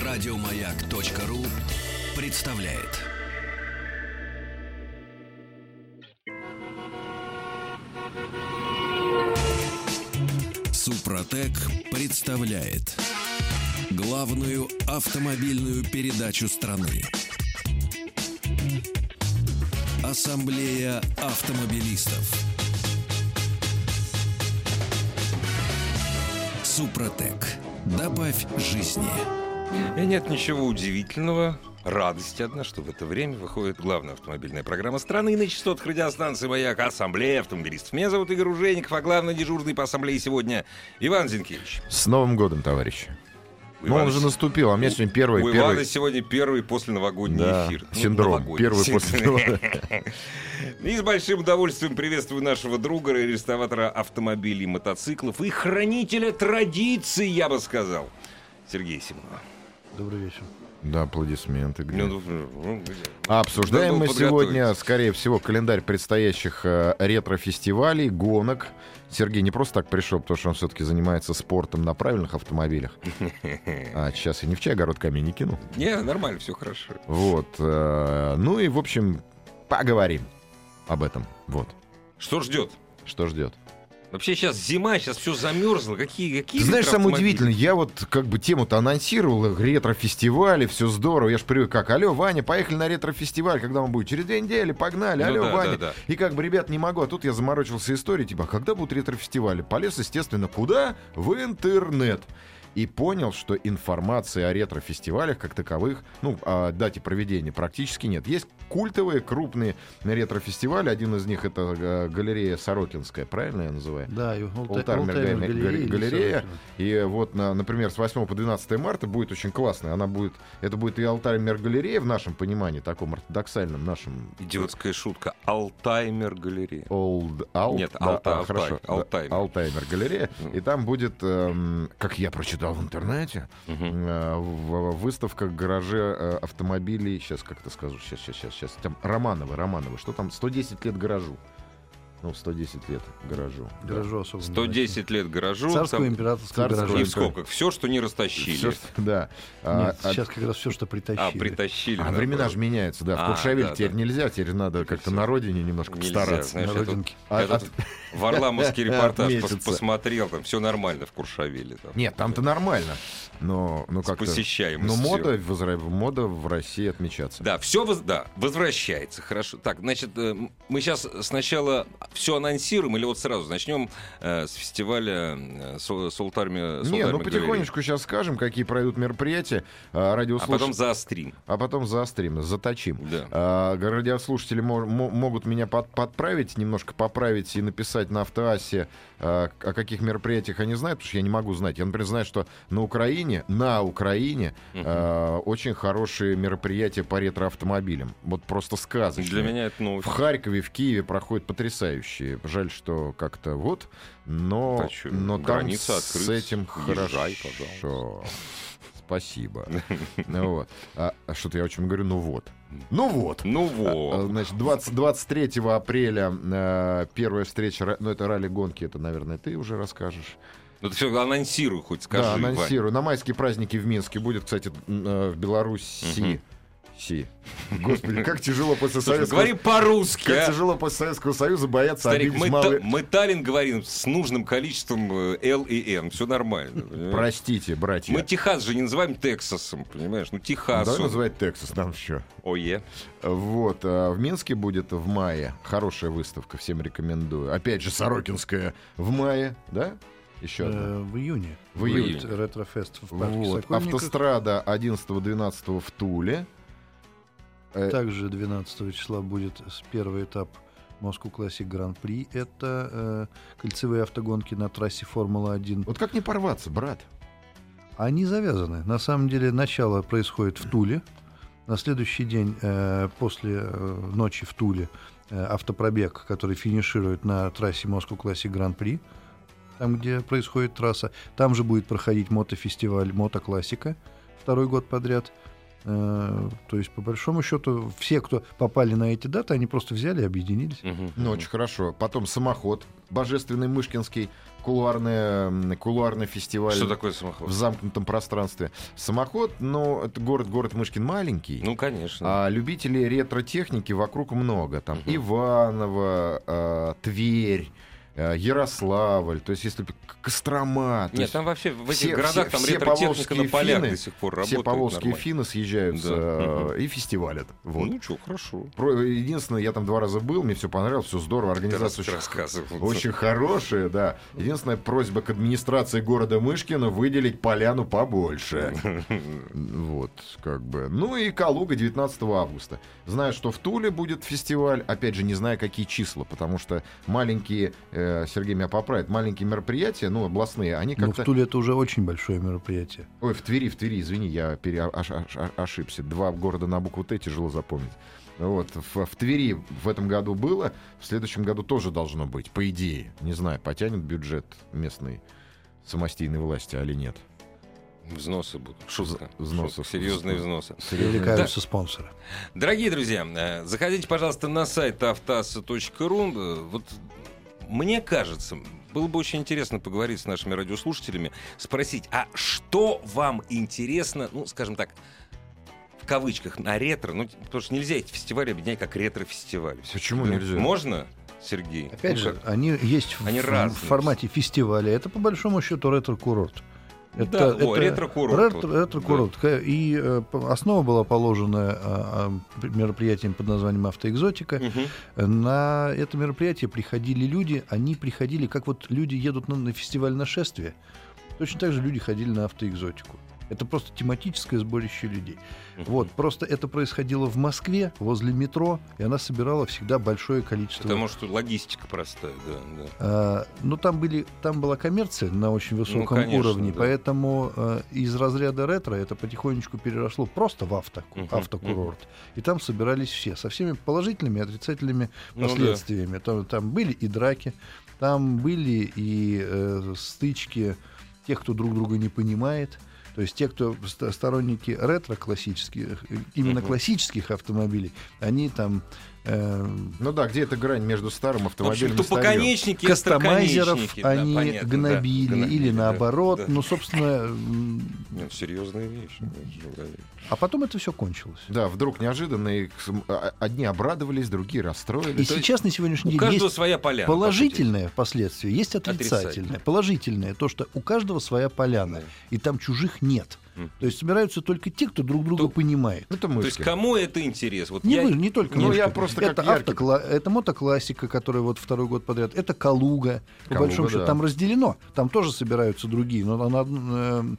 Радиомаяк.ру представляет. Супротек представляет главную автомобильную передачу страны. Ассамблея автомобилистов. Супротек. Добавь жизни. И нет ничего удивительного. Радость одна, что в это время выходит главная автомобильная программа страны на частотах радиостанции «Маяк» Ассамблея автомобилистов. Меня зовут Игорь Ужеников, а главный дежурный по ассамблее сегодня Иван Зинкевич. С Новым годом, товарищи. Ну, он уже наступил, а у меня сегодня первый... У Ивана сегодня первый посленовогодний эфир. Синдром. Первый после... И с большим удовольствием приветствую нашего друга, реставратора автомобилей и мотоциклов и хранителя традиций, я бы сказал, Сергея Симонова. Добрый вечер. Да, аплодисменты. Обсуждаем мы сегодня, скорее всего, календарь предстоящих ретро-фестивалей, гонок. Сергей не просто так пришел, потому что он все-таки занимается спортом на правильных автомобилях. А сейчас я ни в чай огород камень не кину. Не, нормально, все хорошо. Вот. Ну и, в общем, поговорим об этом. Вот. Что ждет? Что ждет? Вообще сейчас зима, сейчас все замерзло. Какие Ты знаешь, самое удивительное, я вот как бы тему-то анонсировал, ретро-фестивали, все здорово. Я ж привык, как, алло, Ваня, поехали на ретро-фестиваль, когда он будет? Через 2 недели, погнали, алло, да, Ваня. Да. И как бы, ребят, не могу. А тут я заморочился историей, типа, когда будут ретро-фестивали? Полез, естественно, куда? В интернет. И понял, что информации о ретро-фестивалях как таковых, ну, о дате проведения практически нет. Есть культовые, крупные ретро-фестивали. Один из них — это галерея Сорокинская, правильно я называю? Да, галерея. И вот, например, с 8 по 12 марта будет очень классно. Это будет и Алтаймер-галерея в нашем понимании, таком ортодоксальном нашем. Идиотская шутка. Алтаймер-галерея. Нет, Алтаймер-галерея. И там будет, как я прочитал в интернете, выставка в гараже автомобилей. Сейчас как-то скажу. Сейчас. Там Романовы. Что там? 110 лет гаражу. Ну, 110 лет гаражу. Гаражу особо. 110 лет гаражу. Царского императорского гаража. И в скобках. Все, что не растащили. Да. Нет, сейчас как раз все, что притащили. Притащили. А времена же меняются, да. В Куршавель теперь нельзя. Теперь надо как-то на родине немножко постараться. На родинке. В Варламовский репортаж посмотрел, там все нормально в Куршавеле. Нет, там-то нормально. Но как-то... Посещаемость. Но мода в России отмечаться. Да, все возвращается. Хорошо. Так, значит, мы сейчас сначала все анонсируем или вот сразу начнем с фестиваля Солтарми? Не, ну потихонечку сейчас скажем, какие пройдут мероприятия. А потом заострим. Заточим. Да. Радиослушатели могут меня подправить, немножко поправить и написать на Автоассе, о каких мероприятиях они знают, потому что я не могу знать. Я, например, знаю, что на Украине очень хорошие мероприятия по ретро-автомобилям. Вот просто сказочные. Для меня это новость. В Харькове, в Киеве проходят потрясающие. Жаль, что как-то вот, но там с этим Езжай, хорошо. Спасибо. Вот. Что-то я очень говорю, ну вот. Значит, 23 апреля первая встреча, это ралли-гонки, это, наверное, ты уже расскажешь. Ну ты все анонсируй, хоть скажи. Да, анонсирую. Вань. На майские праздники в Минске будет, кстати, в Беларуси. Господи, как тяжело после Советского... Говори по-русски, Как тяжело после Советского Союза бояться обидеть малые... Мы Таллин говорим с нужным количеством Л и Н. Все нормально. Понимаешь? Простите, братья. Мы Техас же не называем Тексасом, понимаешь? Ну, Техасом. Давай называть Тексас, там что. Ое. Вот. В Минске будет в мае хорошая выставка, всем рекомендую. Опять же, Сорокинская в мае, да? Еще одна. В июне. В июне. Ретрофест в парке Сокольников. Автострада 11-12 в Туле. Также 12 числа будет первый этап Moscow Classic Grand Prix. Это кольцевые автогонки на трассе Формула-1. Вот как не порваться, брат? Они завязаны. На самом деле начало происходит в Туле. На следующий день после ночи в Туле автопробег, который финиширует на трассе Moscow Classic Grand Prix, там, где происходит трасса. Там же будет проходить мотофестиваль «Мотоклассика» второй год подряд. То есть, по большому счету, все, кто попали на эти даты, они просто взяли и объединились. Ну, очень хорошо. Потом самоход божественный Мышкинский, кулуарный фестиваль. Что такое самоход? В замкнутом пространстве. Самоход, ну, это город Мышкин маленький. Ну, конечно. А любителей ретро-техники вокруг много. Там Иваново, Тверь, Ярославль, то есть если Кострома. Нет, там вообще в этих городах там ретро-техника на полях до сих пор работает. Все поволжские нормально. финны съезжаются и фестивалят. Вот. Ну что, хорошо. Единственное, я там 2 раза был, мне все понравилось, все здорово, организация очень хорошая, да. Единственная просьба к администрации города Мышкина выделить поляну побольше. Вот, как бы. Ну и Калуга 19 августа. Знаю, что в Туле будет фестиваль, опять же, не знаю, какие числа, потому что маленькие, Сергей меня поправит, маленькие мероприятия, ну, областные, они как-то... Ну, в Туле это уже очень большое мероприятие. Ой, в Твери, извини, я ошибся. 2 города на букву Т тяжело запомнить. Вот, в Твери в этом году было, в следующем году тоже должно быть, по идее. Не знаю, потянет бюджет местной самостийной власти или нет. Взносы будут. Шутка. Взносы. Серьезные взносы. Привлекаются спонсоры. Дорогие друзья, заходите, пожалуйста, на сайт автоаса.ру. Вот мне кажется, было бы очень интересно поговорить с нашими радиослушателями, спросить, а что вам интересно, ну, скажем так, в кавычках, на ретро? Ну, потому что нельзя эти фестивали объединять как ретро-фестивали. Почему нельзя? Можно, Сергей? Опять же, они есть в формате фестиваля. Это, по большому счету, ретро-курорт. Это ретро-курорт. Ретро-курорт. Да. И основа была положена мероприятием под названием «Автоэкзотика». На это мероприятие приходили люди. Они приходили, как вот люди едут на фестиваль нашествия. Точно так же люди ходили на «Автоэкзотику». Это просто тематическое сборище людей. Вот, просто это происходило в Москве, возле метро, и она собирала всегда большое количество... Потому что логистика простая, да. Ну, там была коммерция на очень высоком уровне, да. Поэтому из разряда ретро это потихонечку переросло просто в автокурорт. И там собирались все, со всеми положительными и отрицательными последствиями. Там были и драки, там были и стычки тех, кто друг друга не понимает. То есть те, кто сторонники ретро-классических, именно классических автомобилей, они там... Ну да, где эта грань между старым автомобилем и старьем? Кастомайзеров они понятно, гнобили, или наоборот. Да. Ну, собственно... Нет, серьезная вещь. А потом это все кончилось. Да, вдруг неожиданно одни обрадовались, другие расстроились. И сейчас на сегодняшний день есть своя поляна, положительное последствие, есть отрицательное. Положительное, то, что у каждого своя поляна, и там чужих нет. То есть собираются только те, кто друг друга понимает. Это то есть кому это интерес? Вот не только Мышкин. Я просто это мотоклассика, которая вот 2-й год подряд. Это Калуга. По большому счету там разделено. Там тоже собираются другие. Но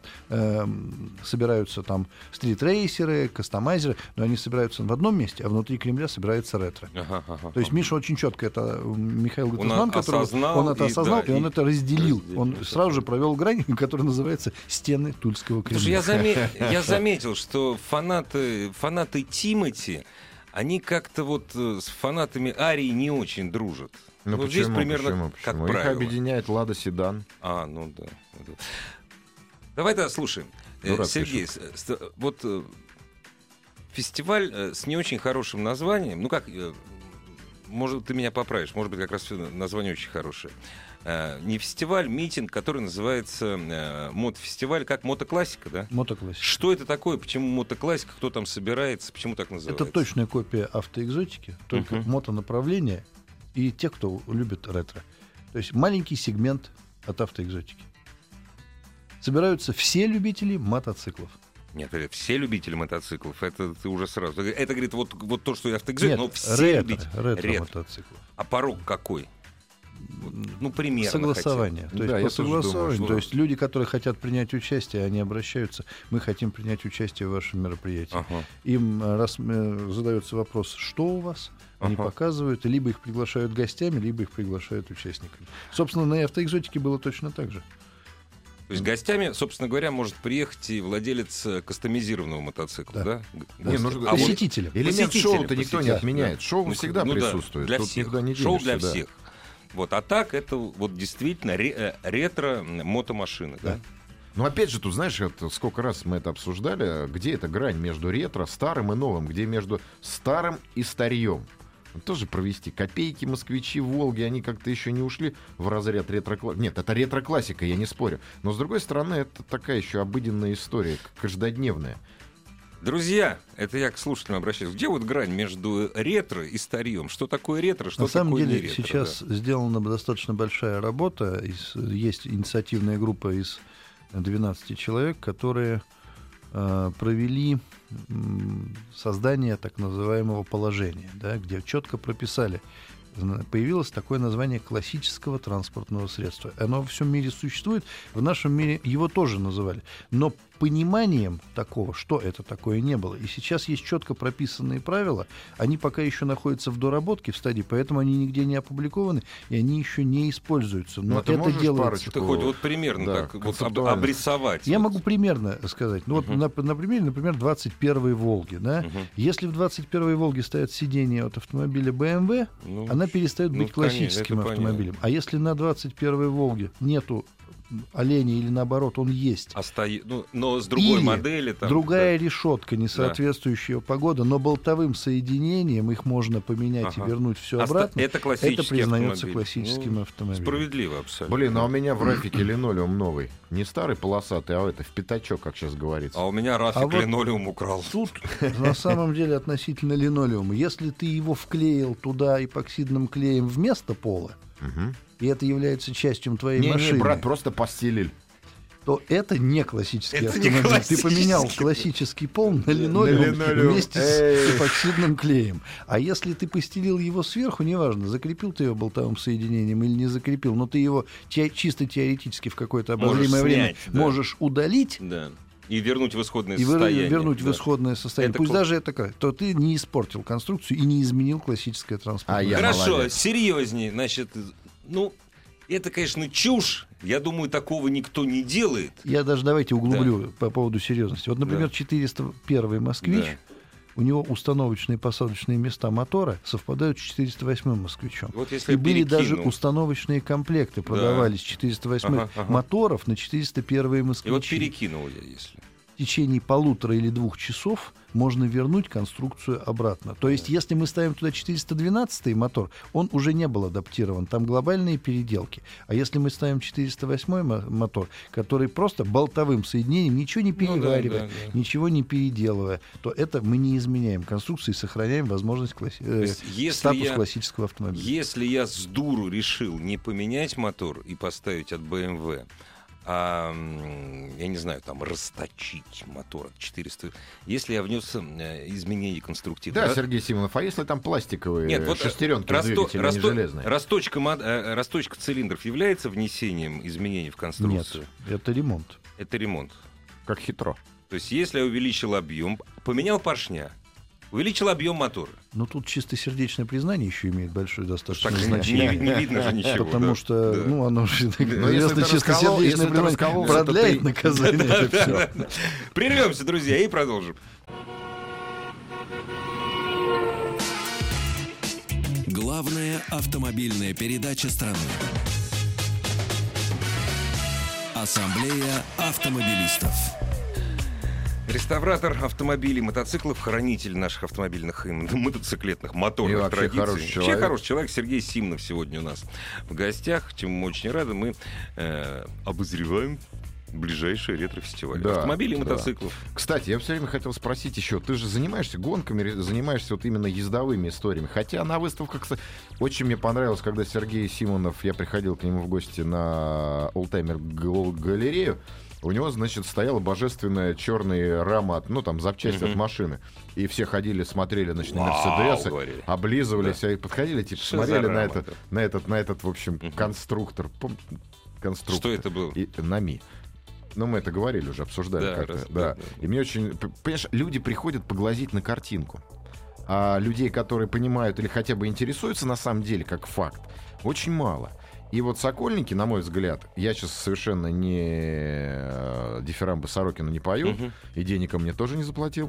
собираются там стритрейсеры, кастомайзеры. Но они собираются в одном месте, а внутри Кремля собирается ретро. То есть Миша очень четко, это Михаил Гутасман, который он это осознал, и он это разделил. Он сразу же провел грань, которая называется «Стены Тульского Кремля». Я заметил, что фанаты Тимати, они как-то вот с фанатами Арии не очень дружат. Ну вот почему? Здесь примерно как Их правило. объединяет Лада Седан. Ну да. Давай слушай, Сергей, вот фестиваль с не очень хорошим названием, ну как, может, ты меня поправишь, может быть, как раз название очень хорошее. Не фестиваль, митинг, который называется мотофестиваль, как мотоклассика, да? Мотоклассика. Что это такое? Почему мотоклассика? Кто там собирается? Почему так называется? Это точная копия автоэкзотики, только мотонаправление и те, кто любит ретро. То есть маленький сегмент от автоэкзотики. Собираются все любители мотоциклов. Нет, все любители мотоциклов, это ты уже сразу... Это, говорит, вот то, что я автоэкзотик, но все любители. Ретро-мотоциклов. А порог какой? Ну, примерно. Согласование. То есть, да, по согласованию. Думаю, то есть люди, которые хотят принять участие, они обращаются. Мы хотим принять участие в вашем мероприятии. Им задается вопрос, что у вас? Они показывают, и либо их приглашают гостями, либо их приглашают участниками. Собственно, на автоэкзотике было точно так же. То есть гостями, собственно говоря, может приехать и владелец кастомизированного мотоцикла, да? Посетителем. Элемент шоу-то никто не отменяет. Шоу всегда присутствует. Для всех. Шоу для всех. Вот, а так это вот действительно ретро-мотомашины, да? Но опять же, тут, знаешь, сколько раз мы это обсуждали, где эта грань между ретро, старым и новым, где между старым и старьем. Тоже провести. Копейки, москвичи, Волги, они как-то еще не ушли в разряд ретро-классики. Нет, это ретро-классика, я не спорю. Но, с другой стороны, это такая еще обыденная история, каждодневная. Друзья, это я к слушателям обращаюсь. Где вот грань между ретро и старьем? Что такое ретро, что такое не ретро? На самом деле сейчас сделана достаточно большая работа. Есть инициативная группа из 12 человек, которые провели создание так называемого положения, да, где четко прописали. Появилось такое название классического транспортного средства. Оно во всем мире существует, в нашем мире его тоже называли. Но пониманием такого, что это такое, не было. И сейчас есть четко прописанные правила. Они пока еще находятся в доработке, в стадии, поэтому они нигде не опубликованы, и они еще не используются. Но это делается. Ты хоть вот примерно так вот обрисовать. Я могу примерно сказать. Ну, вот на примере, например, 21-й «Волги». Да? Если в 21-й «Волге» стоят сиденья от автомобиля BMW, она перестает быть классическим автомобилем. А если на 21-й «Волге» нету оленя или наоборот он есть, но с другой или модели там, другая решетка, не соответствующая погода, но болтовым соединением их можно поменять и вернуть все обратно, это признается классическим автомобилем. Справедливо абсолютно. Блин, а у меня в Рафике линолеум новый. Не старый полосатый, а это в пятачок, как сейчас говорится. А у меня Рафик линолеум украл. Тут на самом деле относительно линолеума, если ты его вклеил туда эпоксидным клеем вместо пола, и это является частью твоей машины. Не, брат, просто постелили. То это не классический автомобиль. Ты поменял классический пол на линолеум вместе с эпоксидным клеем. А если ты постелил его сверху, неважно, закрепил ты его болтовым соединением или не закрепил, но ты его чисто теоретически в какое-то обозримое время можешь удалить. Да. И вернуть в исходное состояние. Пусть даже это как, то ты не испортил конструкцию и не изменил классическое транспортное. Хорошо, серьезнее. Значит, это, конечно, чушь. Я думаю, такого никто не делает. Я даже давайте углублю по поводу серьезности. Вот, например, 401 «Москвич», у него установочные и посадочные места мотора совпадают с 408-м «Москвичом». Вот если и были даже установочные комплекты, продавались 408 моторов на 401-е «Москвичи». И вот перекинул я, если... В течение 1,5 или 2 часов можно вернуть конструкцию обратно. То есть, если мы ставим туда 412-й мотор, он уже не был адаптирован. Там глобальные переделки. А если мы ставим 408-й мотор, который просто болтовым соединением, ничего не переваривая, ничего не переделывая, то это мы не изменяем конструкцию и сохраняем возможность статус классического автомобиля. Если я с дуру решил не поменять мотор и поставить от BMW, я не знаю, там, расточить мотор от 400. Если я внес изменения конструктивные... Да, Сергей Симонов, а если там пластиковые шестеренки двигателя, не железные? Расточка цилиндров является внесением изменений в конструкцию? Нет, это ремонт. Это ремонт. Как хитро. То есть, если я увеличил объем, поменял поршня, увеличил объем мотора. Но тут чистосердечное признание еще имеет большое достаточно значение. Не видно же ничего. Потому что, оно же известно, чистосердечное признание продляет наказание. Прервемся, друзья, и продолжим. Главная автомобильная передача страны. Ассамблея автомобилистов. Реставратор автомобилей, мотоциклов, хранитель наших автомобильных и мотоциклетных моторных традиций. Вообще хороший человек. Сергей Симонов сегодня у нас в гостях, чему мы очень рады. Мы обозреваем ближайший ретро-фестиваль автомобилей и мотоциклов. Кстати, я все время хотел спросить еще, ты же занимаешься гонками, занимаешься вот именно ездовыми историями, хотя на выставках очень мне понравилось, когда Сергей Симонов, я приходил к нему в гости на Олдтаймер-галерею, у него, значит, стояла божественная черная рама, запчасти от машины. И все ходили, смотрели, значит, на Мерседесы, облизывались, и подходили, смотрели на этот, в общем, конструктор. Что это было? НАМИ. Мы это говорили уже, обсуждали как-то. И мне очень... Понимаешь, люди приходят поглазеть на картинку. А людей, которые понимают или хотя бы интересуются на самом деле, как факт, очень мало. И вот Сокольники, на мой взгляд, я сейчас совершенно не дифирамбы Сорокину не пою, и денег мне тоже не заплатил.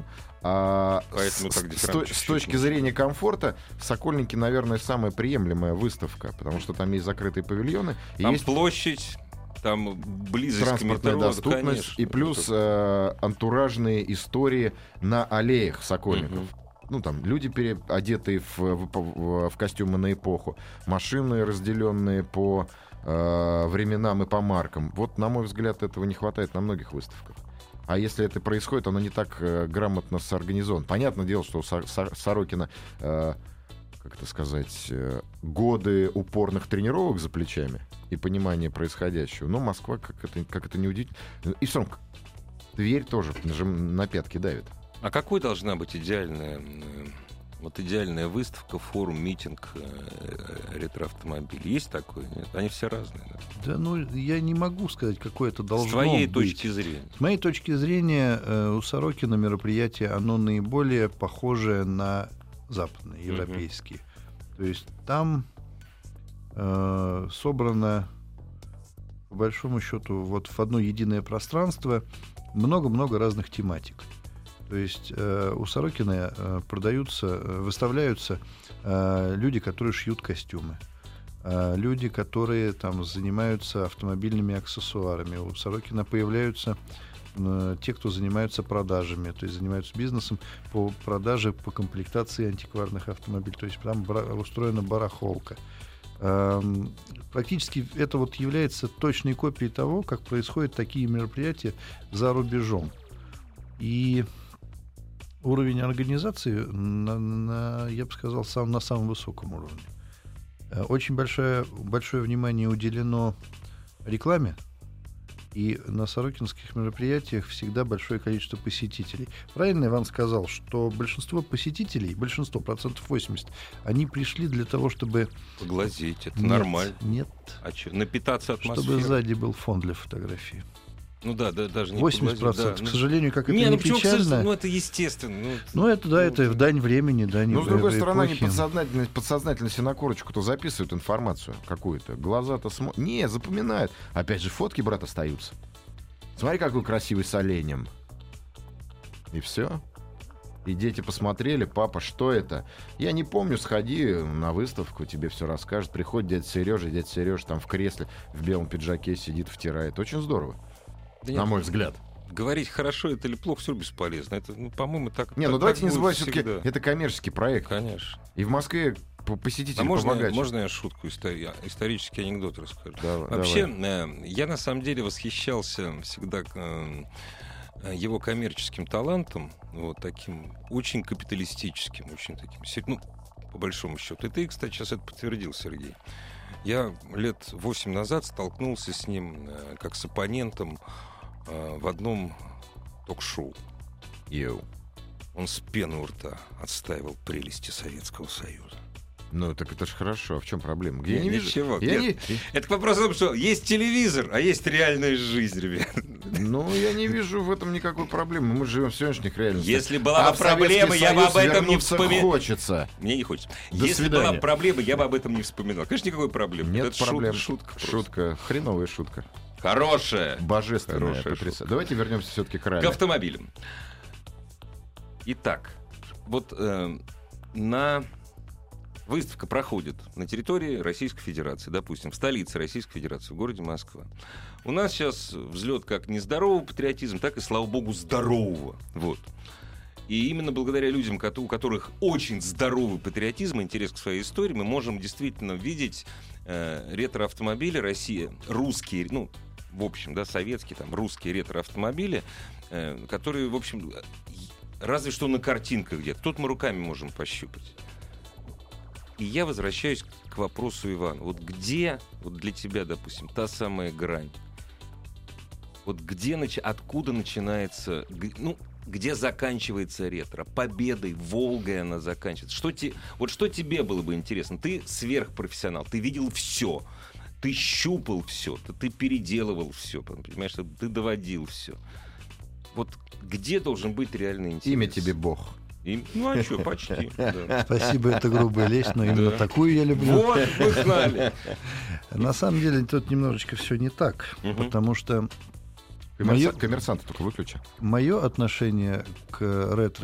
С точки зрения комфорта, Сокольники, наверное, самая приемлемая выставка, потому что там есть закрытые павильоны. Там площадь Там близость транспортная к метро, доступность, конечно, и плюс антуражные истории на аллеях Сокольников. Ну, там люди, одетые в костюмы на эпоху, машины, разделенные по временам и по маркам. Вот, на мой взгляд, этого не хватает на многих выставках. А если это происходит, оно не так грамотно сорганизовано. Понятное дело, что у Сорокина, как это сказать, годы упорных тренировок за плечами и понимание происходящего. Но Москва, как это не удивительно. И все равно Тверь тоже на пятки давит. А какой должна быть идеальная выставка, форум, митинг ретроавтомобилей? Есть такое? Нет? Они все разные. Да? Да, ну, я не могу сказать, какое это должно быть. С твоей точки зрения? С моей точки зрения, у Сорокина мероприятие, оно наиболее похожее на западные, европейские. То есть там собрано, по большому счету, вот в одно единое пространство много-много разных тематик. То есть у Сорокина выставляются люди, которые шьют костюмы, люди, которые там занимаются автомобильными аксессуарами. У Сорокина появляются те, кто занимаются продажами, то есть занимаются бизнесом по продаже, по комплектации антикварных автомобилей. То есть там устроена барахолка. Практически это вот является точной копией того, как происходят такие мероприятия за рубежом. И уровень организации, я бы сказал, на самом высоком уровне. Очень большое внимание уделено рекламе, и на сорокинских мероприятиях всегда большое количество посетителей. Правильно Иван сказал, что большинство посетителей, процентов 80, они пришли для того, чтобы... Поглазеть, это нормально. Нет. А что, напитаться атмосферой? Чтобы сзади был фон для фотографии. Ну да, даже не 80%. Да, к сожалению, как это не печально. Ну, это естественно. Это в дань времени, да, не. Но, с другой стороны, они подсознательно себе на корочку-то записывают информацию какую-то. Глаза-то смотрят. Не, запоминают. Опять же, фотки, брат, остаются. Смотри, какой красивый с оленем. И все. И дети посмотрели: папа, что это? Я не помню, сходи на выставку, тебе все расскажет. Приходит дядя Сережа там в кресле, в белом пиджаке сидит, втирает. Очень здорово. Да на мой взгляд. Говорить, хорошо это или плохо, все бесполезно. Это, по-моему, так. Не, давайте не забывать, все-таки это коммерческий проект. Конечно. И в Москве посетители побогаче. Можно я шутку, исторический анекдот расскажу? Вообще, я на самом деле восхищался всегда его коммерческим талантом, вот таким очень капиталистическим, очень таким, по большому счету. И ты, кстати, сейчас это подтвердил, Сергей. Я лет 8 назад столкнулся с ним как с оппонентом в одном ток-шоу. Он с пеной у рта отстаивал прелести Советского Союза. Ну, так это же хорошо. А в чем проблема? Я не вижу. Это к вопросу о том, что есть телевизор, а есть реальная жизнь, ребят. Ну, я не вижу в этом никакой проблемы. Мы живем в сегодняшних реальностях. Если была бы проблема, я бы об этом не вспоминал. Хочется. Мне не хочется. Если была бы проблема, я бы об этом не вспоминал. Конечно, никакой проблемы. Нет проблем. Шутка. Хреновая шутка. Хорошая. Божественная. Давайте вернемся все-таки к ралли. К автомобилям. Итак, вот выставка проходит на территории Российской Федерации, допустим, в столице Российской Федерации, в городе Москва. У нас сейчас взлет как нездорового патриотизма, так и, слава богу, здорового. Вот. И именно благодаря людям, у которых очень здоровый патриотизм, интерес к своей истории, мы можем действительно видеть ретро-автомобили России, русские, в общем, да, советские, русские ретро-автомобили, которые, в общем, разве что на картинках где-то. Тут мы руками можем пощупать. И я возвращаюсь к вопросу Ивана. Вот где, для тебя, допустим, та самая грань? Вот откуда начинается, где заканчивается ретро? Победой, Волгой она заканчивается. Что тебе было бы интересно? Ты сверхпрофессионал, ты видел все, ты щупал все, ты переделывал все, понимаешь, ты доводил все. Вот где должен быть реальный интерес? Имя тебе Бог. А что, почти. Да. Спасибо, это грубая лесть, но именно такую я люблю. Вот, вы знали. На самом деле тут немножечко все не так, потому что... Коммерсанта только выключи. Мое отношение к ретро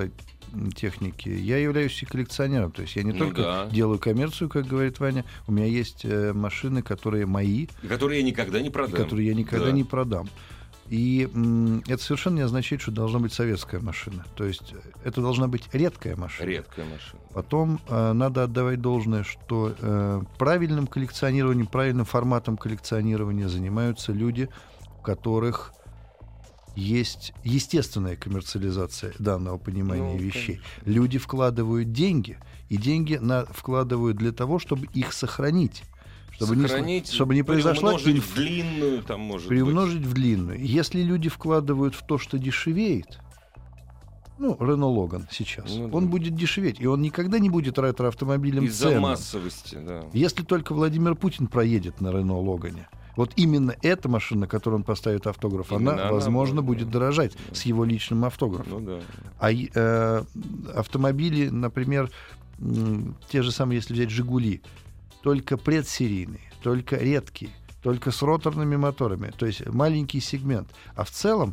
техники, я являюсь и коллекционером. То есть я не только делаю коммерцию, как говорит Ваня, у меня есть машины, которые мои. И которые я никогда не продам. Которые я никогда не продам. И это совершенно не означает, что должна быть советская машина. То есть это должна быть редкая машина. Редкая машина. Потом надо отдавать должное, что правильным коллекционированием, правильным форматом коллекционирования занимаются люди, у которых есть естественная коммерциализация данного понимания вещей. Конечно. Люди вкладывают деньги, и деньги вкладывают для того, чтобы их сохранить. Чтобы не произошла приумножить в длинную, там может приумножить в длинную. Если люди вкладывают в то, что дешевеет, Рено Логан сейчас, он будет дешеветь, и он никогда не будет ретро-автомобилем из-за массовости, да. Если только Владимир Путин проедет на Рено Логане. Вот именно эта машина, на которой он поставит автограф, она, возможно, будет дорожать с его личным автографом. А автомобили, например, те же самые, если взять «Жигули», только предсерийные, только редкие, только с роторными моторами, то есть маленький сегмент. А в целом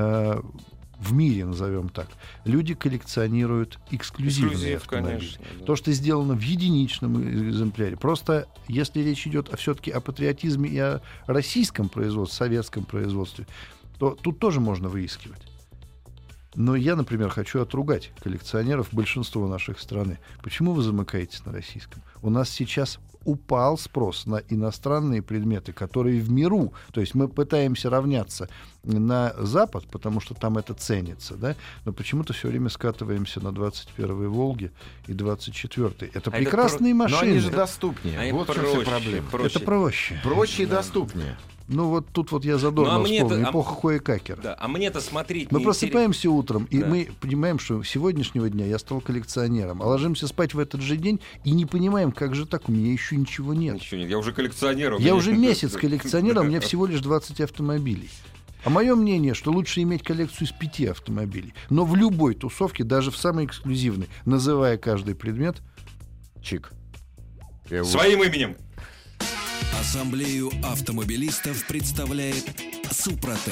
в мире, назовем так, люди коллекционируют эксклюзивные автомобили. Конечно, да. То, что сделано в единичном экземпляре. Просто если речь идет все-таки о патриотизме и о российском производстве, советском производстве, то тут тоже можно выискивать. Но я, например, хочу отругать коллекционеров большинства нашей страны. Почему вы замыкаетесь на российском? У нас сейчас упал спрос на иностранные предметы, которые в миру. То есть мы пытаемся равняться на Запад, потому что там это ценится, да? Но почему-то все время скатываемся на 21-й «Волге» и 24-й. Это прекрасные машины. Но они же доступнее. Вот в чем вся проблема. Это проще. Проще и доступнее. Вот тут вот я задорно вспомнил. Эпоха Хоекакера. Да, а мне-то смотреть мы просыпаемся утром, и мы понимаем, что с сегодняшнего дня я стал коллекционером. А ложимся спать в этот же день и не понимаем, как же так, у меня еще ничего нет. Ничего нет, я уже коллекционер. Я уже месяц коллекционер, у меня всего лишь 20 автомобилей. А мое мнение, что лучше иметь коллекцию из 5 автомобилей. Но в любой тусовке, даже в самой эксклюзивной, называя каждый предмет чик. Своим именем. Ассамблею автомобилистов представляет Супротек.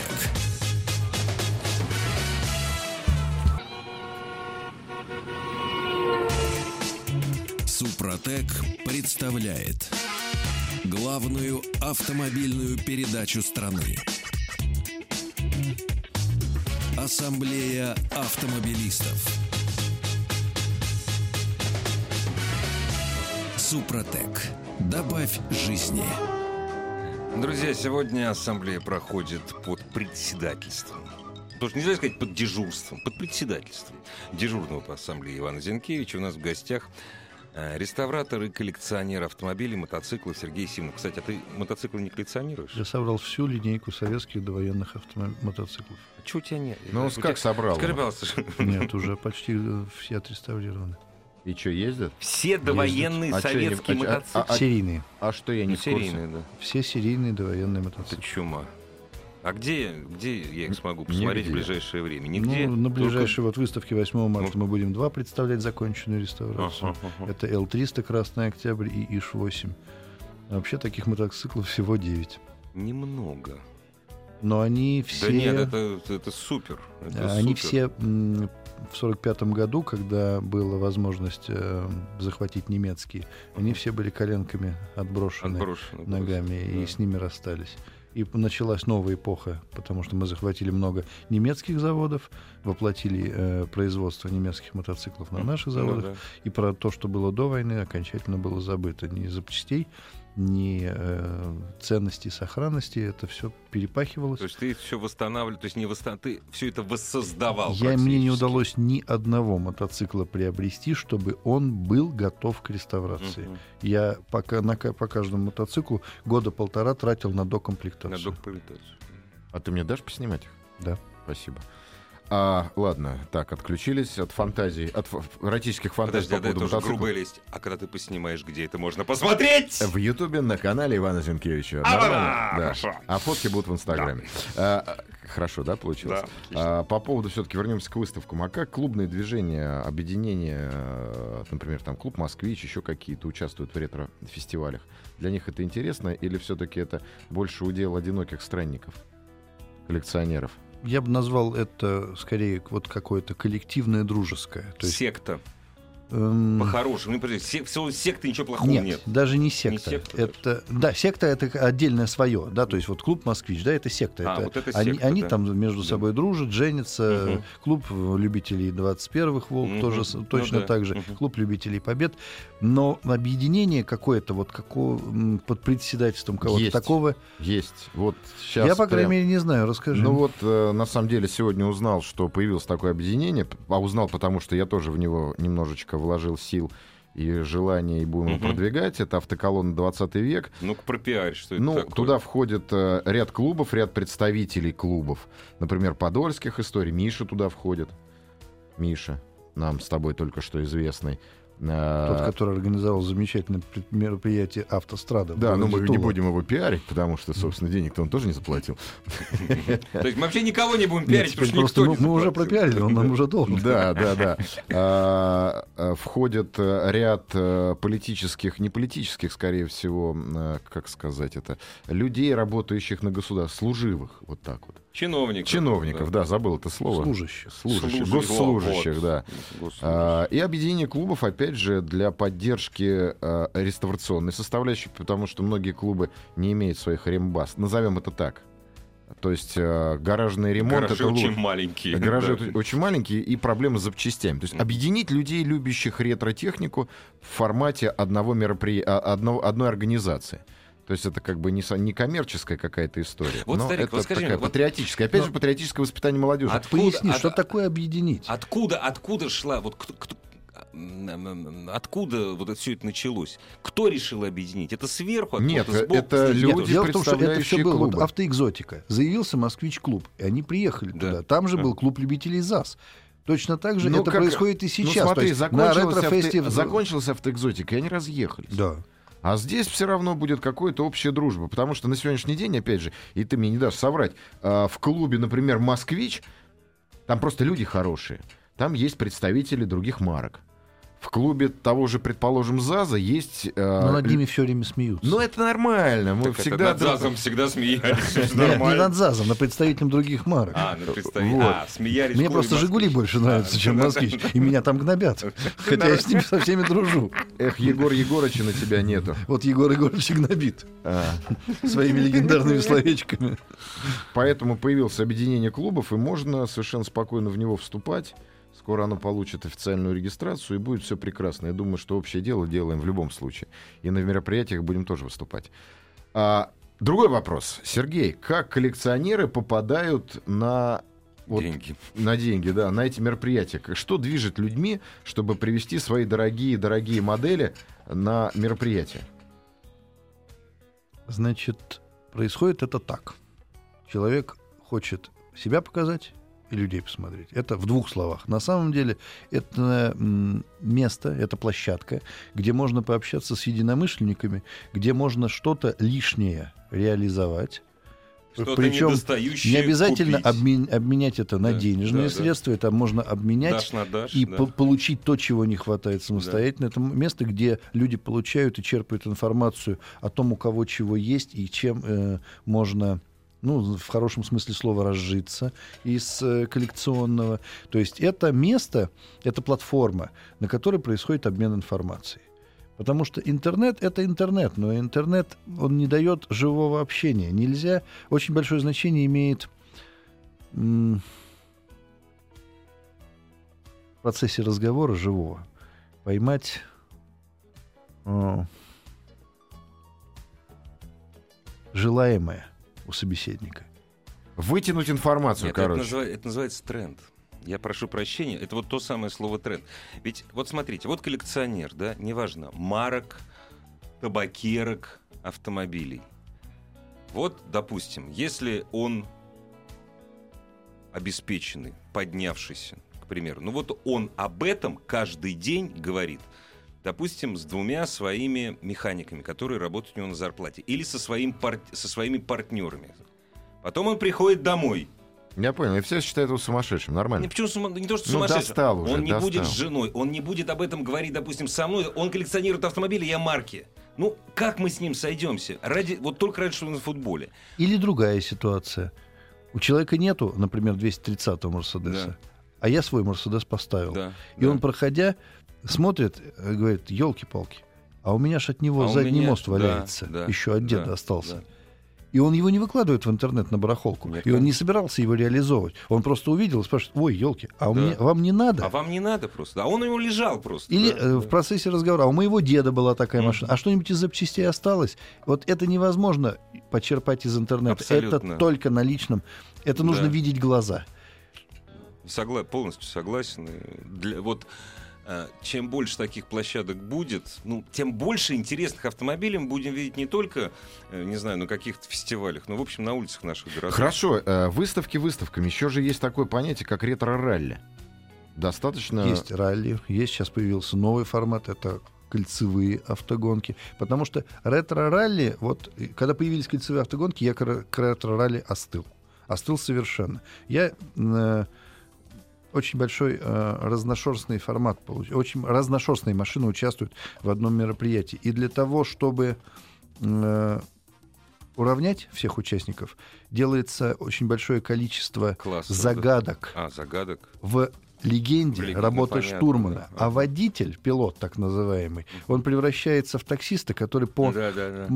Супротек представляет главную автомобильную передачу страны. Ассамблея автомобилистов. Супротек. Добавь жизни. Друзья, сегодня ассамблея проходит под председательством. Тоже нельзя сказать под дежурством, под председательством дежурного по ассамблее Ивана Зинкевича. У нас в гостях реставратор и коллекционер автомобилей, мотоциклов Сергей Симонов. Кстати, а ты мотоциклы не коллекционируешь? Я собрал всю линейку советских довоенных мотоциклов. А что у тебя нет? Ну, как собрал? Нет, уже почти все отреставрированы. И что, ездят? Все довоенные советские мотоциклы. Серийные. А что я не в курсе? Серийные, да. Все серийные довоенные мотоциклы. Это чума. А где я их смогу посмотреть в ближайшее время? Нигде? На ближайшей выставке 8 марта мы будем 2 представлять законченную реставрацию. Это Л-300 Красный Октябрь и Иш-8. А вообще таких мотоциклов всего 9. Немного. Но они все... Да нет, это супер. Они все в 1945 году, когда была возможность захватить немецкие, они все были коленками отброшены ногами и с ними расстались. И началась новая эпоха, потому что мы захватили много немецких заводов, воплотили производство немецких мотоциклов на наших заводах, и про то, что было до войны, окончательно было забыто. Ни запчастей, ни ценностей сохранности, это все перепахивалось. То есть ты все восстанавливал, то есть ты все это воссоздавал. Мне не удалось ни одного мотоцикла приобрести, чтобы он был готов к реставрации. Я по каждому мотоциклу 1.5 года тратил на докомплектацию. А ты мне дашь поснимать их? Да. Спасибо. Ладно, так, отключились от фантазий, от эротических фантазий. Подожди, это уже грубая лесть. А когда ты поснимаешь, где это можно посмотреть? В Ютубе на канале Ивана Зинкевича. Да. А фотки будут в Инстаграме. Да. Хорошо, да, получилось? Да, по поводу, все-таки вернемся к выставкам. А как клубные движения, объединения, например, там клуб «Москвич», еще какие-то участвуют в ретро-фестивалях? Для них это интересно или все-таки это больше удел одиноких странников, коллекционеров? Я бы назвал это скорее вот какое-то коллективное дружеское. То есть, секта. По-хорошему. Секты ничего плохого нет. Даже не секта. Не секта это, да, секта — это отдельное свое. Да, то есть вот клуб «Москвич», да, это секта. Вот это секта, они да. там между собой дружат, женятся. Клуб любителей 21-х «Волк» тоже точно так же. Клуб любителей «Побед». Но объединение какое-то вот под председательством кого-то такого... Есть. Вот сейчас я, по крайней мере, не знаю. Расскажи. Ну вот, на самом деле, сегодня узнал, что появилось такое объединение. А узнал, потому что я тоже в него немножечко вложил сил и желание, и будем продвигать. Это «Автоколонна 20 век». Ну-ка, пропиарь, что это такое? Туда входит ряд клубов, ряд представителей клубов. Например, подольских историй. Миша туда входит. Миша, нам с тобой только что известный. Тот, который организовал замечательное мероприятие «Автострада». Да, но мы не будем его пиарить, потому что, собственно, денег-то он тоже не заплатил. То есть мы вообще никого не будем пиарить, потому что никто не заплатил. Мы уже пропиарили, он нам уже должен. Да. Входит ряд политических, не политических, скорее всего, как сказать это, людей, работающих на государство, служивых, вот так вот. Чиновников, да, забыл это слово. Госслужащих, да. И объединение клубов, опять же, для поддержки реставрационной составляющей, потому что многие клубы не имеют своих рембаз. Назовем это так. То есть гаражный ремонт... Гаражи это очень маленькие. Гаражи очень маленькие, и проблемы с запчастями. То есть объединить людей, любящих ретро-технику, в формате одной организации. То есть это как бы не коммерческая какая-то история, вот, но старик, это вот скажи такая мне, патриотическая. Опять же, патриотическое воспитание молодежи. Поясни, что такое объединить? Откуда шла... Откуда вот все это началось? Кто решил объединить? Это сверху? Нет, сбоку, это люди, дело в том, что это все было клубы. Вот автоэкзотика. Заявился «Москвич-клуб», и они приехали туда. Там же был клуб любителей ЗАЗ. Точно так же это происходит и сейчас. Смотри, закончился автоэкзотика, и они разъехались. Да. А здесь все равно будет какая-то общая дружба. Потому что на сегодняшний день, опять же, и ты мне не дашь соврать, в клубе, например, «Москвич», там просто люди хорошие. Там есть представители других марок. В клубе того же, предположим, ЗАЗа есть... Но над ними все время смеются. Ну, это нормально. Мы всегда... Над ЗАЗом всегда смеялись. Нет, не над ЗАЗом, над представителем других марок. Смеялись. Мне просто «Жигули» больше нравятся, чем «Москвич». И меня там гнобят. Хотя я с ними со всеми дружу. Эх, Егор Егорыча на тебя нету. Вот Егор Егорыч гнобит. Своими легендарными словечками. Поэтому появилось объединение клубов, и можно совершенно спокойно в него вступать. Скоро оно получит официальную регистрацию, и будет все прекрасно. Я думаю, что общее дело делаем в любом случае. И на мероприятиях будем тоже выступать. Другой вопрос. Сергей, как коллекционеры попадают на деньги, да, на эти мероприятия? Что движет людьми, чтобы привезти свои дорогие модели на мероприятие? Значит, происходит это так. Человек хочет себя показать и людей посмотреть. Это в двух словах. На самом деле это место, это площадка, где можно пообщаться с единомышленниками, где можно что-то лишнее реализовать. Причем не обязательно обменять это на денежные средства, это можно обменять получить то, чего не хватает самостоятельно. Это место, где люди получают и черпают информацию о том, у кого чего есть и чем можно... в хорошем смысле слова, разжиться из коллекционного. То есть это место, это платформа, на которой происходит обмен информацией. Потому что интернет — это интернет, но интернет, он не дает живого общения. Нельзя, очень большое значение имеет в процессе разговора живого поймать желаемое у собеседника. Вытянуть информацию, короче. Это называется тренд. Я прошу прощения, это вот то самое слово тренд. Ведь вот смотрите, вот коллекционер, да, неважно, марок, табакерок, автомобилей. Вот, допустим, если он обеспеченный, поднявшийся, к примеру, ну вот он об этом каждый день говорит, допустим, с двумя своими механиками, которые работают у него на зарплате, или со своими партнерами. Потом он приходит домой. Я понял, и все считают его сумасшедшим, нормально. Не то, что сумасшедшим. Он не будет с женой, он не будет об этом говорить, допустим, со мной. Он коллекционирует автомобили, я марки. Ну, как мы с ним сойдемся? Вот только ради, что он на футболе. Или другая ситуация. У человека нету, например, 230-го Мерседеса, Да. а я свой Мерседес поставил. Да, И да. он, проходя, смотрит, говорит, елки-палки, а у меня ж от него А у задний меня- мост валяется, да, еще от деда да, остался. да. И он его не выкладывает в интернет на барахолку. Нет, И он конечно. не собирался его реализовывать. Он просто увидел и спрашивает, ой, елки, а Да. вам не надо? А вам не надо просто. А он у него лежал просто. Или да, в да. процессе разговора, а у моего деда была такая Мгм. машина, а что-нибудь из запчастей осталось? Вот это невозможно почерпать из интернета. Абсолютно. Это только на личном. Это нужно Да. видеть глаза. Полностью согласен. Вот чем больше таких площадок будет, тем больше интересных автомобилей мы будем видеть не только, не знаю, на каких-то фестивалях, но, в общем, на улицах наших городов. Хорошо, выставки выставками. Еще же есть такое понятие, как ретро-ралли. Достаточно... Есть ралли, сейчас появился новый формат, это кольцевые автогонки. Потому что ретро-ралли, вот когда появились кольцевые автогонки, я к ретро-ралли остыл. Остыл совершенно. Я... очень большой разношерстный формат получил. Очень разношерстные машины участвуют в одном мероприятии. И для того, чтобы уравнять всех участников, делается очень большое количество Классно, загадок да. Загадок. в легенде работы понятно, штурмана. да. А водитель, пилот так называемый, он превращается в таксиста, который по Да.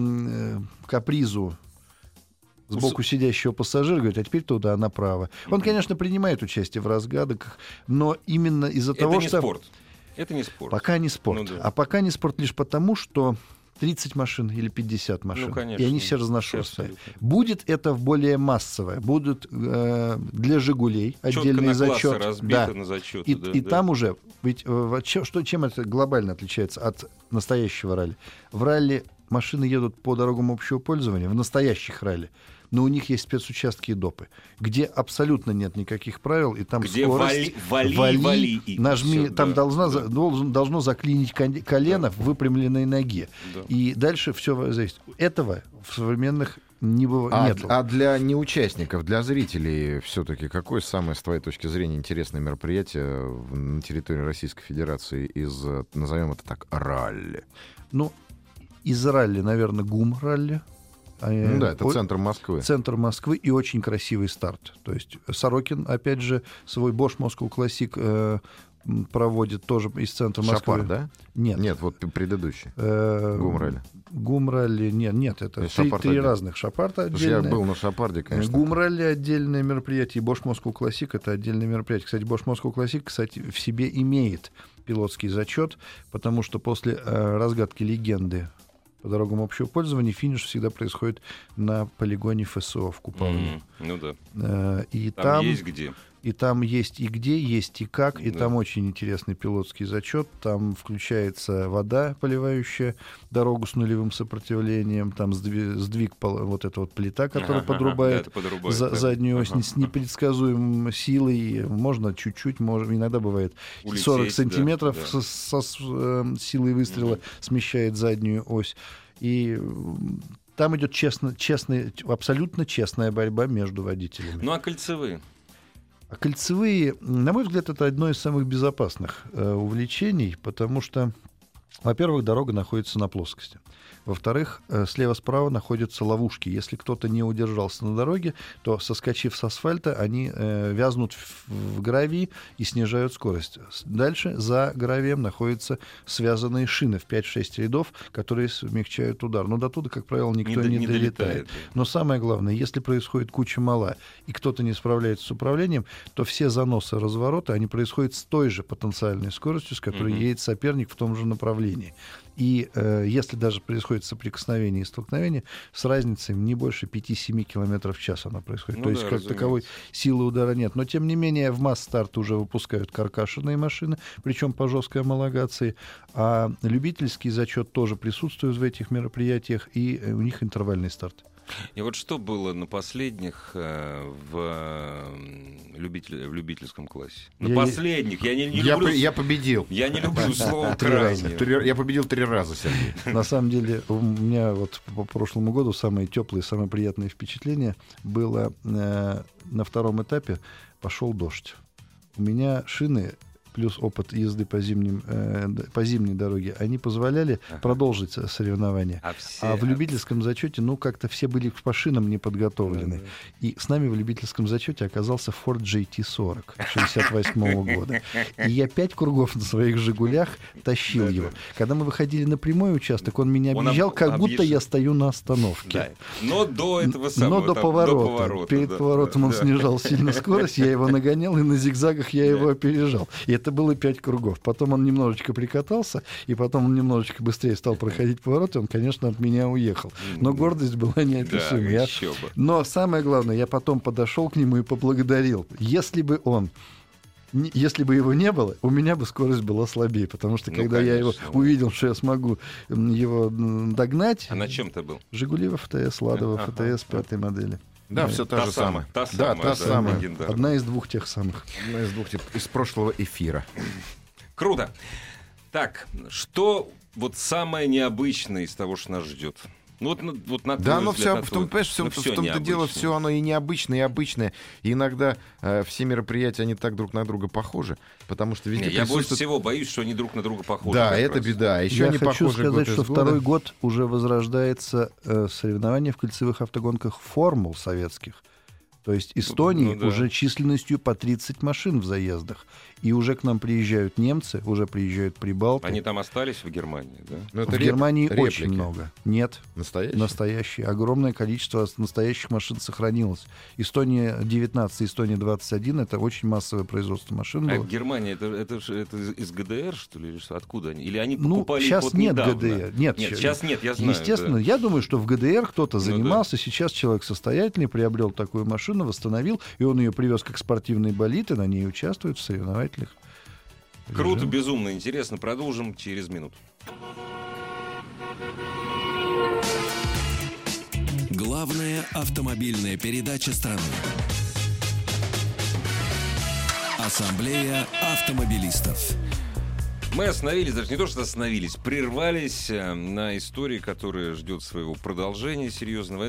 капризу сбоку сидящего пассажира говорит, а теперь туда, направо. Он, конечно, принимает участие в разгадках, но именно из-за того, что... Это не спорт. Пока не спорт. Ну да. А пока не спорт лишь потому, что 30 машин или 50 машин, конечно. и они все разношерстные. Будет это более массовое. Будут для «Жигулей» отдельный зачет. Разбито на зачеты, и там уже... Ведь чем это глобально отличается от настоящего ралли? В ралли машины едут по дорогам общего пользования, в настоящих ралли, но у них есть спецучастки и допы, где абсолютно нет никаких правил, и там где скорость, вали, и нажми, всё, там да, должно заклинить колено в выпрямленной ноге. Да. И дальше все зависит. Этого в современных не бывает. Нет. А для неучастников, для зрителей все-таки какое самое, с твоей точки зрения, интересное мероприятие на территории Российской Федерации из, назовем это так, ралли? Из ралли, наверное, ГУМ-ралли. Это центр Москвы. Центр Москвы и очень красивый старт. То есть Сорокин, опять же, свой Bosch Moscow Classic проводит тоже из центра Москвы. Шапар, да? Нет. Нет, вот предыдущий. ГУМ-ралли. ГУМ-ралли, нет, это три разных. Шапарта отдельно. Я был на Шапарде, конечно. ГУМ-ралли отдельное мероприятие, и Bosch Moscow Classic это отдельное мероприятие. Кстати, Bosch Moscow Classic, в себе имеет пилотский зачет, потому что после разгадки легенды по дорогам общего пользования финиш всегда происходит на полигоне ФСО в Купавне. И там есть где. И там есть и где, есть и как, и Да. там очень интересный пилотский зачет. Там включается вода, поливающая дорогу с нулевым сопротивлением, там сдвиг вот эта вот плита, которая подрубает заднюю ось с непредсказуемой силой. Можно чуть-чуть, иногда бывает улететь, 40 сантиметров со силой выстрела смещает заднюю ось. И там идет абсолютно честная борьба между водителями. Ну а кольцевые? А кольцевые, на мой взгляд, это одно из самых безопасных увлечений, потому что, во-первых, дорога находится на плоскости. Во-вторых, слева-справа находятся ловушки. Если кто-то не удержался на дороге, то, соскочив с асфальта, они вязнут в гравии и снижают скорость. Дальше за гравием находятся связанные шины в 5-6 рядов, которые смягчают удар. Но до туда, как правило, никто не долетает. Но самое главное, если происходит куча мала, и кто-то не справляется с управлением, то все заносы разворота, они происходят с той же потенциальной скоростью, с которой едет соперник в том же направлении. И если даже происходит соприкосновение и столкновение, с разницей не больше 5-7 км в час она происходит. То есть, как таковой силы удара нет. Но, тем не менее, в масс-старт уже выпускают каркашенные машины, причем по жесткой homологации. А любительский зачет тоже присутствует в этих мероприятиях, и у них интервальный старт. И вот что было на последних в любительском классе? На последних. Я победил. Я не люблю слово «крайне». Я победил 3 раза, Сергей. На самом деле, у меня вот по прошлому году самые теплые, самые приятные впечатления было на втором этапе пошел дождь. У меня шины плюс опыт езды по зимней дороге, они позволяли продолжить соревнования. А в любительском зачете, как-то все были к шинам не подготовлены. И с нами в любительском зачете оказался Ford GT40 68 года. И я 5 кругов на своих «Жигулях» тащил его. Когда мы выходили на прямой участок, он меня объезжал, как будто я стою на остановке. Но до этого самого. Но до поворота. Перед поворотом он снижал сильно скорость, я его нагонял, и на зигзагах я его опережал. И это было 5 кругов. Потом он немножечко прикатался, и потом он немножечко быстрее стал проходить повороты, он, конечно, от меня уехал. Но гордость была неописуемая. Но самое главное, я потом подошел к нему и поблагодарил. Если бы его не было, у меня бы скорость была слабее, потому что когда я его увидел, что я смогу его догнать... А на чем ты был? «Жигули» ФТС, «Ладова» ФТС 5-й модели. Да, все та же самая. Та самая. Одна из двух тех самых. Одна из двух из прошлого эфира. Круто. Так, что вот самое необычное из того, что нас ждет? Да, оно все, в том-то дело, все оно и необычное, и обычное. И иногда все мероприятия, они так друг на друга похожи, потому что везде я больше всего боюсь, что они друг на друга похожи. Да, это беда. Еще я хочу сказать, что второй год уже возрождается соревнование в кольцевых автогонках формул советских. То есть Эстонии уже численностью по 30 машин в заездах. И уже к нам приезжают немцы, уже приезжают прибалты. Они там остались в Германии, да? В Германии очень много. Нет. Настоящие? Огромное количество настоящих машин сохранилось. Эстония 19, Эстония 21 — это очень массовое производство машин было. А в Германии это из ГДР, что ли? Откуда они? Или они покупали сейчас их нет недавно? ГДР. Нет, сейчас нет, я знаю. Естественно, я думаю, что в ГДР кто-то занимался. Сейчас человек состоятельный, приобрел такую машину, восстановил, и он ее привез как спортивный болид, и на ней участвует в соревновательных. Круто, безумно интересно. Продолжим через минуту. Главная автомобильная передача страны. Ассамблея автомобилистов. Мы остановились, даже не то, что остановились, прервались на истории, которая ждет своего продолжения серьезного.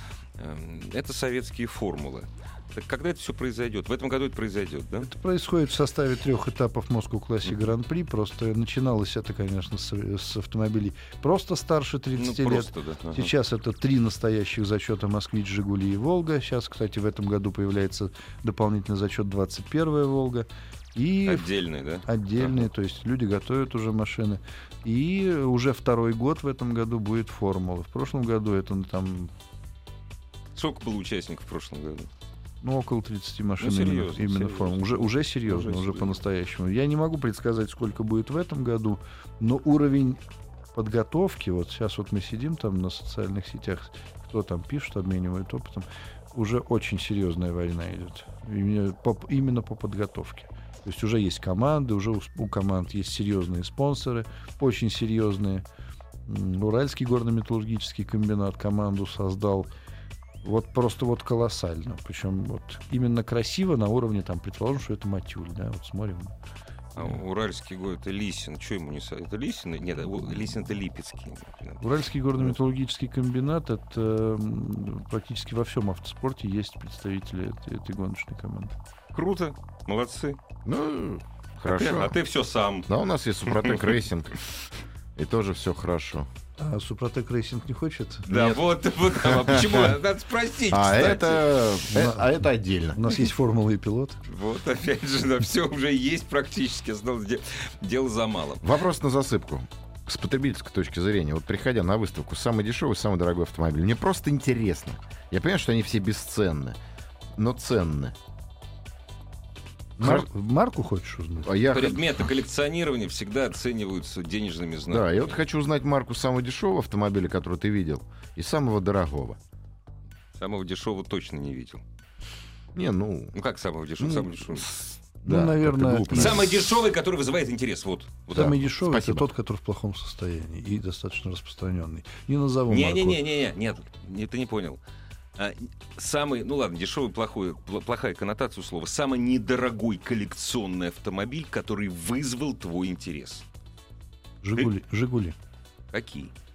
Это советские формулы. Так когда это все произойдет? В этом году это произойдет, да? Это происходит в составе 3 этапов Moscow Classic Grand Prix. Просто начиналось это, конечно, с автомобилей просто старше 30 лет. Да. Сейчас это 3 настоящих зачета: «Москвич», «Жигули» и «Волга». Сейчас, кстати, в этом году появляется дополнительный зачет 21-я «Волга». И отдельные, да? Отдельные, то есть люди готовят уже машины. И уже второй год в этом году будет формула. В прошлом году это там... Сколько было участников в прошлом году? Около 30 машин именно формул. Уже серьезно, уже по-настоящему. Я не могу предсказать, сколько будет в этом году, но уровень подготовки, вот сейчас вот мы сидим там на социальных сетях, кто там пишет, обменивает опытом, уже очень серьезная война идет. Именно по подготовке. То есть уже есть команды, уже у команд есть серьезные спонсоры, очень серьезные. Уральский горно-металлургический комбинат команду создал. Вот просто вот колоссально. Причем вот именно красиво на уровне, там, предположим, что это Матюль, да, вот смотрим. Уральский город, это Лисин. Что ему не советует? Это Лисин? Нет, Лисин — это Липецкий. Уральский горно-металлургический комбинат — это практически во всем автоспорте есть представители этой гоночной команды. Круто, молодцы. Хорошо. А ты все сам. Да, у нас есть Супротек Рейсинг. И тоже все хорошо. А Супротек Рейсинг не хочет? Да, нет. Вот. А почему? Надо спросить, кстати. Это отдельно. У нас есть формула и пилот. Вот, опять же, да, все уже есть практически. Дело за малым. Вопрос на засыпку. С потребительской точки зрения, вот приходя на выставку, самый дешевый, самый дорогой автомобиль, мне просто интересно. Я понимаю, что они все бесценны, но ценны. Марку хочешь узнать? Предметы коллекционирования всегда оцениваются денежными знаками. Да, я вот хочу узнать марку самого дешевого автомобиля, который ты видел, и самого дорогого. Самого дешевого точно не видел. Как самого дешевого? Самого дешевого. Да, наверное... Самый дешевый, который вызывает интерес. Самый дешевый — это тот, который в плохом состоянии и достаточно распространенный. Не назову марку. Нет, ты не понял. Самый, дешевый, плохая коннотация слова. Самый недорогой коллекционный автомобиль, который вызвал твой интерес. Жигули. Какие?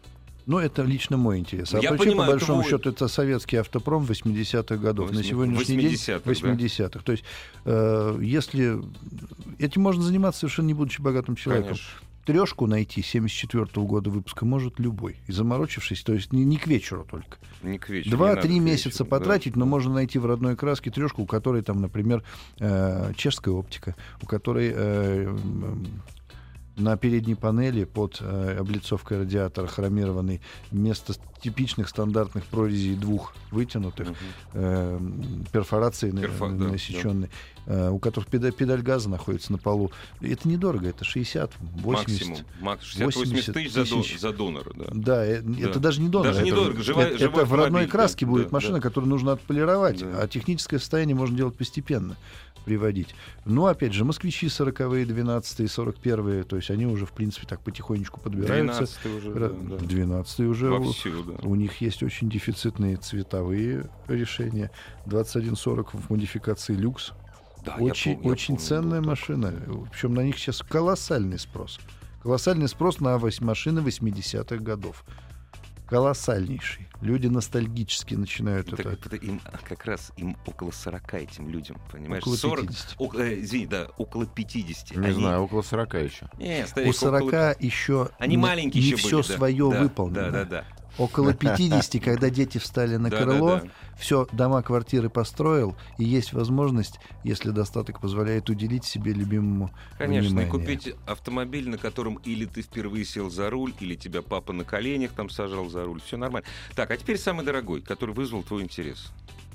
Ну, это лично мой интерес. А Я вообще, понимаю, по большому это счету, это советский автопром 80-х годов. На сегодняшний день 80-х. То есть, если... Этим можно заниматься, совершенно не будучи богатым человеком. Конечно. Трешку найти 74-го года выпуска может любой. И заморочившись, то есть не к вечеру только. Не к вечеру. 2-3 месяца потратить, но можно найти в родной краске трешку, у которой там, например, чешская оптика, у которой... на передней панели под облицовкой радиатора хромированный вместо типичных стандартных прорезей двух вытянутых перфорации насеченной, у которых педаль газа находится на полу. Это недорого, это 60, 80. Максимум 60-80 тысяч за донора. Да, это даже не донор. Даже недорого. Это в родной краске будет машина, которую нужно отполировать, а техническое состояние можно делать постепенно. Приводить. Но, опять же, москвичи 40-е, 12-е, 41-е, то есть они уже, в принципе, так потихонечку подбираются. 12-е уже. 12-е уже. Вовсю, да. У них есть очень дефицитные цветовые решения. 2140 в модификации люкс. Да, очень ценная машина. Причем на них сейчас колоссальный спрос. Колоссальный спрос на машины 80-х годов. Колоссальнейший. Люди ностальгически начинают это. Им как раз им около 40 этим людям, понимаешь? Около 50. Около 50. Не знаю, около 40 еще. У 40 еще они маленькие не еще все были, свое выполнено. Да. Около 50, когда дети встали на крыло, все, дома, квартиры построил, и есть возможность, если достаток позволяет, уделить себе любимому Конечно, внимание. И купить автомобиль, на котором или ты впервые сел за руль, или тебя папа на коленях там сажал за руль. Все нормально. Так, а теперь самый дорогой, который вызвал твой интерес.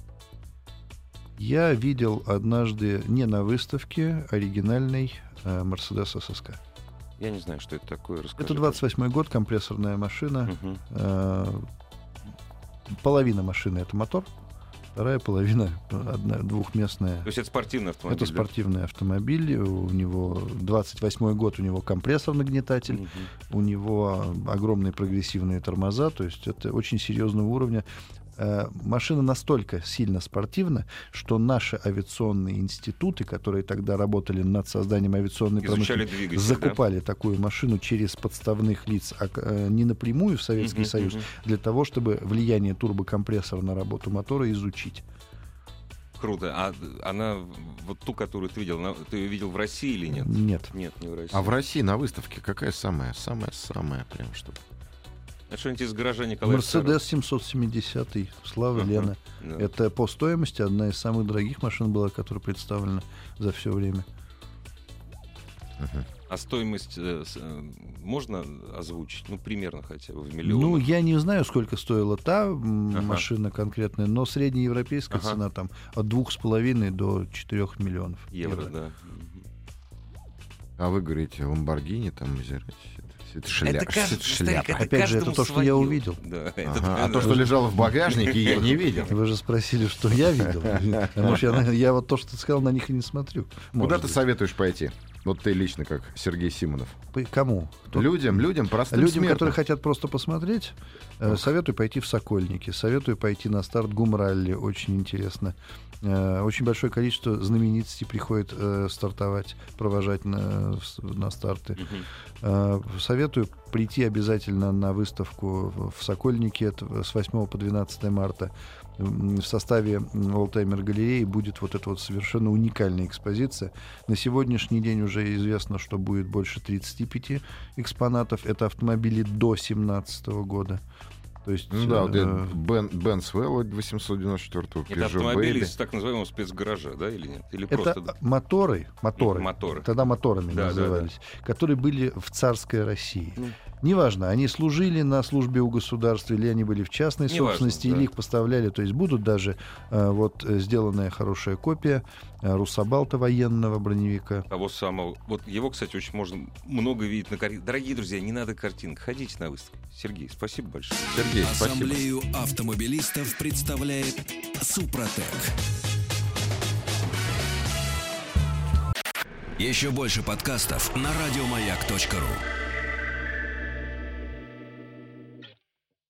Я видел однажды не на выставке оригинальный Mercedes SSK. Я не знаю, что это такое. Расскажи. Это 28-й год, компрессорная машина. Половина машины — это мотор, вторая половина двухместная. То есть это спортивный автомобиль? Это спортивный автомобиль. У него 28-й год, у него компрессор-нагнетатель, у него огромные прогрессивные тормоза. То есть это очень серьезного уровня. Машина настолько сильно спортивна, что наши авиационные институты, которые тогда работали над созданием авиационной промышленности, закупали такую машину через подставных лиц, не напрямую в Советский Союз, для того, чтобы влияние турбокомпрессора на работу мотора изучить. Круто. А она, вот ту, которую ты видел, ты ее видел в России или нет? Нет. Нет, не в России. А в России на выставке какая самая прям что? Это что-нибудь из гаража Николая II? Мерседес 770, Слава Лена. Да. Это по стоимости одна из самых дорогих машин была, которая представлена за все время. А стоимость можно озвучить? Ну, примерно хотя бы в миллионах. Ну, я не знаю, сколько стоила та машина конкретная, но среднеевропейская цена там от 2,5 до 4 миллионов евро. Да. А вы говорите, Ламборгини там Мазерати? Это шляпа. Опять же, это то, что я увидел. Да, а то, что лежало в багажнике, я не видел. Вы же спросили, что я видел. Может, я вот то, что ты сказал, на них и не смотрю. Куда ты советуешь пойти? Вот ты лично, как Сергей Симонов. Кому? Людям, простым людям, смертным. которые хотят просто посмотреть, советую пойти в Сокольники, советую пойти на старт ГУМ-ралли, очень интересно. Очень большое количество знаменитостей приходит стартовать, провожать на старты. Советую прийти обязательно на выставку в Сокольнике. Это с 8 по 12 марта. В составе Oldtimer галереи будет вот эта вот совершенно уникальная экспозиция. На сегодняшний день уже известно, что будет больше 35 экспонатов. Это автомобили до 2017 года. То есть, да, Benz Velo 894-го, это автомобили из так называемого спецгаража, да, или нет? Или это просто... моторы, тогда моторами назывались, которые были в царской России. Неважно, они служили на службе у государства, или они были в частной собственности, или их поставляли. То есть будут даже вот сделанная хорошая копия Руссобалта военного броневика. Того самого. Вот его, кстати, очень можно много видеть на картинках. Дорогие друзья, не надо картинок, ходите на выставку. Сергей, спасибо большое. Сергей, спасибо. Ассамблею автомобилистов представляет Супротек. Еще больше подкастов на радиомаяк.ру.